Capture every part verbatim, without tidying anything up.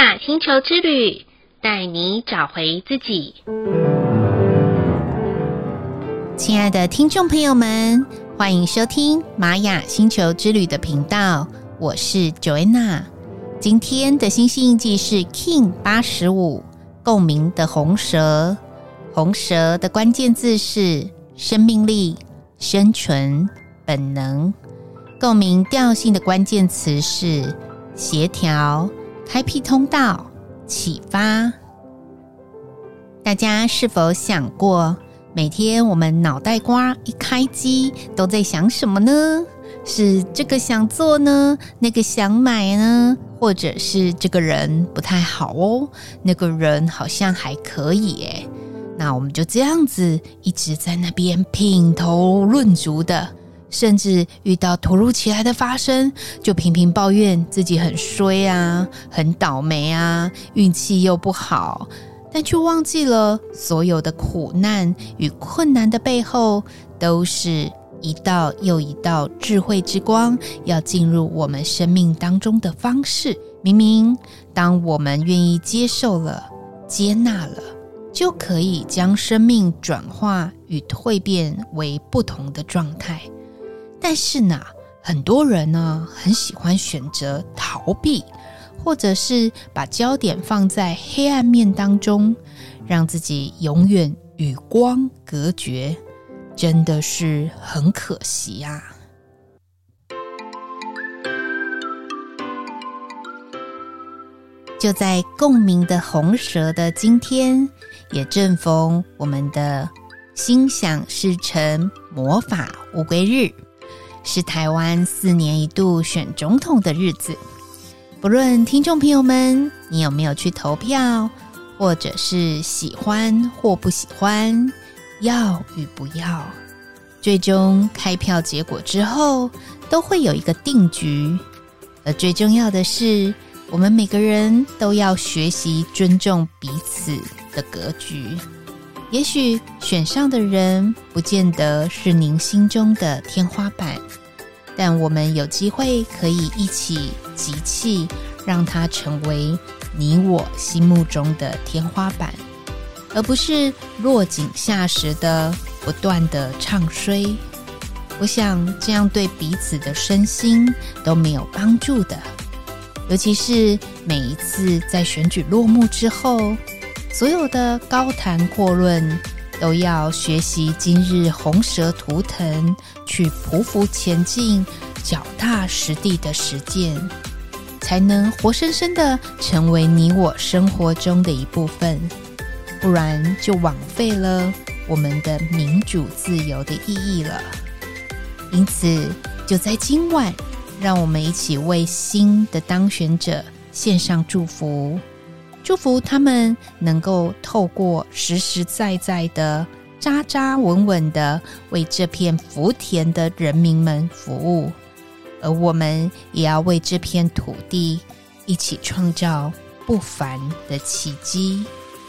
雅星球之旅，带你找回自己。 亲爱的听众朋友们，欢迎收听玛雅星球之旅的频道，我是 Joanna。 今天的星系印记是 King 八十五，共鸣的红蛇。红蛇的关键字是生命力、生存、本能。共鸣调性的关键词是协调、开辟通道、启发。大家是否想过，每天我们脑袋瓜一开机都在想什么呢？是这个想做呢，那个想买呢，或者是这个人不太好哦，那个人好像还可以耶。那我们就这样子一直在那边品头论足的，甚至遇到突如其来的发生，就频频抱怨自己很衰啊，很倒霉啊，运气又不好，但却忘记了所有的苦难与困难的背后，都是一道又一道智慧之光要进入我们生命当中的方式。明明当我们愿意接受了、接纳了，就可以将生命转化与蜕变为不同的状态。但是呢，很多人呢很喜欢选择逃避，或者是把焦点放在黑暗面当中，让自己永远与光隔绝，真的是很可惜啊。就在共鸣的红蛇的今天，也正逢我们的心想事成魔法乌龟日，是台湾四年一度选总统的日子。不论听众朋友们你有没有去投票，或者是喜欢或不喜欢，要与不要，最终开票结果之后都会有一个定局。而最重要的是，我们每个人都要学习尊重彼此的格局。也许选上的人不见得是您心中的天花板，但我们有机会可以一起集气，让它成为你我心目中的天花板，而不是落井下石的不断的唱衰。我想这样对彼此的身心都没有帮助的。尤其是每一次在选举落幕之后，所有的高谈阔论都要学习今日红蛇图腾，去匍匐前进，脚踏实地的实践，才能活生生的成为你我生活中的一部分，不然就枉费了我们的民主自由的意义了。因此就在今晚，让我们一起为新的当选者献上祝福，祝福他们能够透过实实在在的、扎扎稳稳的为这片福田的人民们服务，而我们也要为这片土地一起创造不凡的奇迹。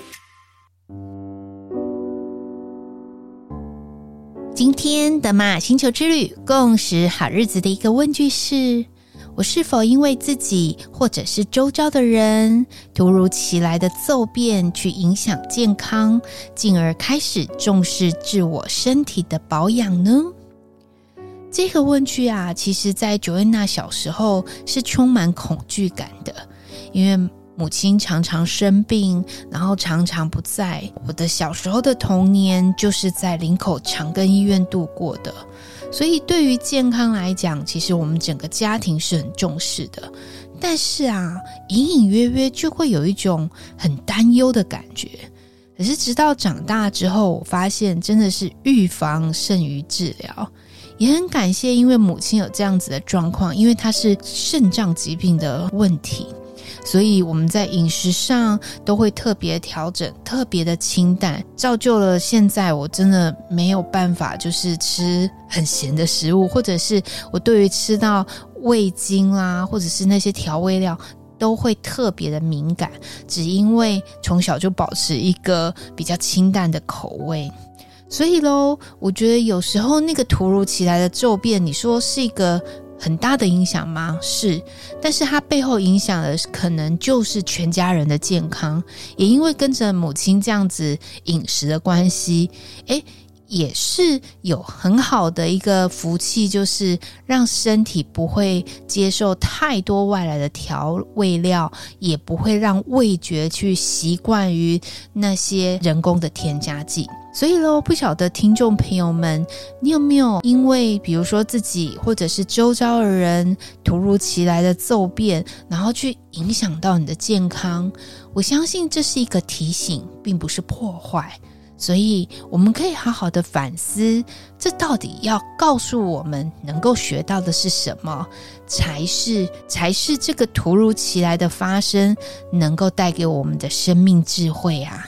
今天的玛雅星球之旅共识好日子的一个问句是：我是否因为自己或者是周遭的人突如其来的骤变去影响健康，进而开始重视自我身体的保养呢？这个问句啊，其实在 Joanna 小时候是充满恐惧感的，因为母亲常常生病，然后常常不在。我的小时候的童年就是在林口长庚医院度过的，所以对于健康来讲，其实我们整个家庭是很重视的。但是啊，隐隐约约就会有一种很担忧的感觉。可是直到长大之后，我发现真的是预防胜于治疗。也很感谢，因为母亲有这样子的状况，因为她是肾脏疾病的问题，所以我们在饮食上都会特别调整，特别的清淡，造就了现在我真的没有办法就是吃很咸的食物，或者是我对于吃到味精啦，或者是那些调味料都会特别的敏感，只因为从小就保持一个比较清淡的口味。所以咯，我觉得有时候那个突如其来的骤变，你说是一个很大的影响吗？是，但是它背后影响的可能就是全家人的健康，也因为跟着母亲这样子饮食的关系，诶也是有很好的一个福气，就是让身体不会接受太多外来的调味料，也不会让味觉去习惯于那些人工的添加剂。所以咯，不晓得听众朋友们，你有没有因为比如说自己或者是周遭的人突如其来的骤变，然后去影响到你的健康？我相信这是一个提醒，并不是破坏。所以我们可以好好的反思，这到底要告诉我们能够学到的是什么，才是才是这个突如其来的发生能够带给我们的生命智慧啊。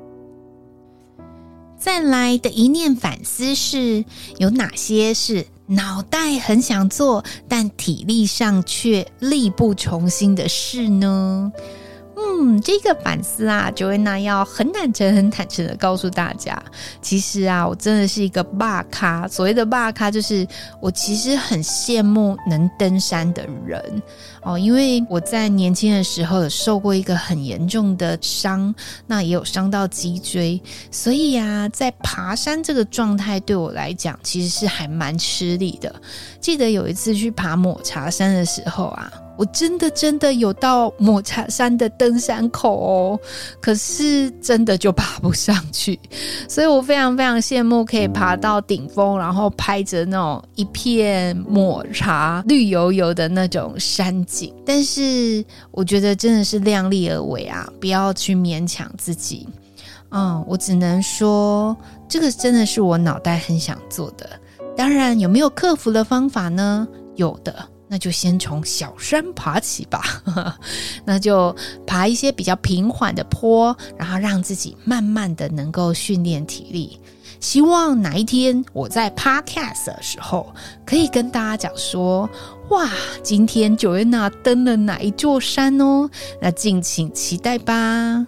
再来的一念反思是，有哪些是脑袋很想做，但体力上却力不从心的事呢？嗯，这个反思啊 Joanna 要很坦诚很坦诚的告诉大家，其实啊我真的是一个霸咖。所谓的霸咖就是我其实很羡慕能登山的人哦，因为我在年轻的时候有受过一个很严重的伤，那也有伤到脊椎，所以啊在爬山这个状态对我来讲其实是还蛮吃力的。记得有一次去爬抹茶山的时候啊，我真的真的有到抹茶山的登山口哦，可是真的就爬不上去，所以我非常非常羡慕可以爬到顶峰，然后拍着那种一片抹茶绿油油的那种山景。但是我觉得真的是量力而为啊，不要去勉强自己。嗯，我只能说这个真的是我脑袋很想做的。当然有没有克服的方法呢？有的，那就先从小山爬起吧那就爬一些比较平缓的坡，然后让自己慢慢的能够训练体力。希望哪一天我在 podcast 的时候可以跟大家讲说，哇，今天 Joanna 登了哪一座山哦，那敬请期待吧。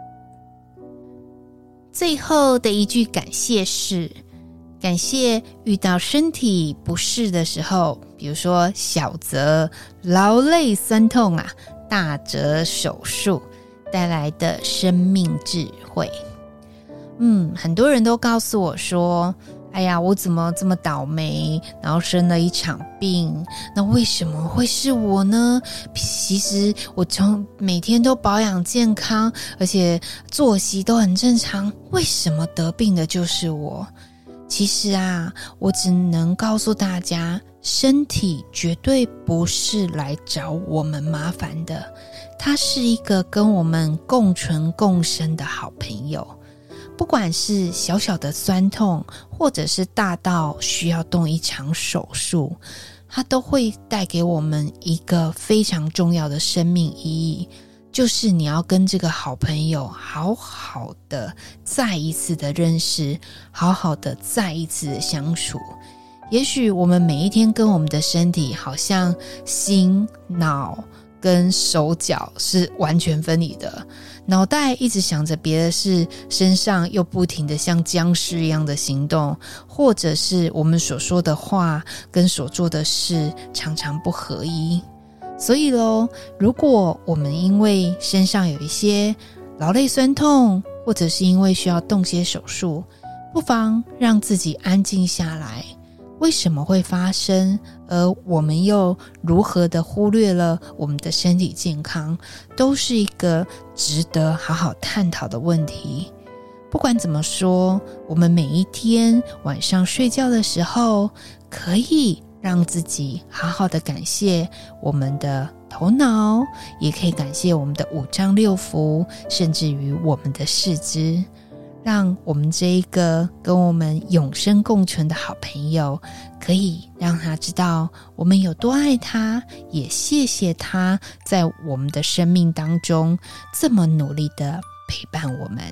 最后的一句感谢是，感谢遇到身体不适的时候，比如说小则劳累酸痛啊，大则手术带来的生命智慧。嗯，很多人都告诉我说，哎呀，我怎么这么倒霉，然后生了一场病，那为什么会是我呢？其实我从每天都保养健康，而且作息都很正常，为什么得病的就是我？其实啊，我只能告诉大家，身体绝对不是来找我们麻烦的，它是一个跟我们共存共生的好朋友。不管是小小的酸痛，或者是大到需要动一场手术，它都会带给我们一个非常重要的生命意义，就是你要跟这个好朋友好好的再一次的认识，好好的再一次的相处。也许我们每一天跟我们的身体好像心脑跟手脚是完全分离的，脑袋一直想着别的事，身上又不停的像僵尸一样的行动，或者是我们所说的话跟所做的事常常不合一。所以咯，如果我们因为身上有一些劳累酸痛，或者是因为需要动些手术，不妨让自己安静下来，为什么会发生，而我们又如何的忽略了我们的身体健康，都是一个值得好好探讨的问题。不管怎么说，我们每一天晚上睡觉的时候，可以让自己好好的感谢我们的头脑，也可以感谢我们的五脏六腑，甚至于我们的四肢，让我们这一个跟我们永生共存的好朋友，可以让他知道我们有多爱他，也谢谢他在我们的生命当中这么努力的陪伴我们。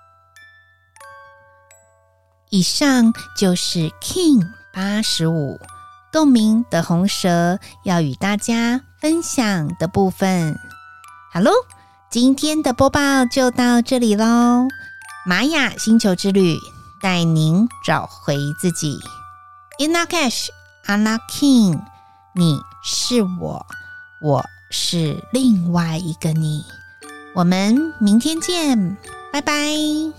以上就是 King 八十五共鸣的红蛇要与大家分享的部分。好咯，今天的播报就到这里咯。玛雅星球之旅带您找回自己。 In Lak'ech, Anna King， 你是我，我是另外一个你。我们明天见，拜拜。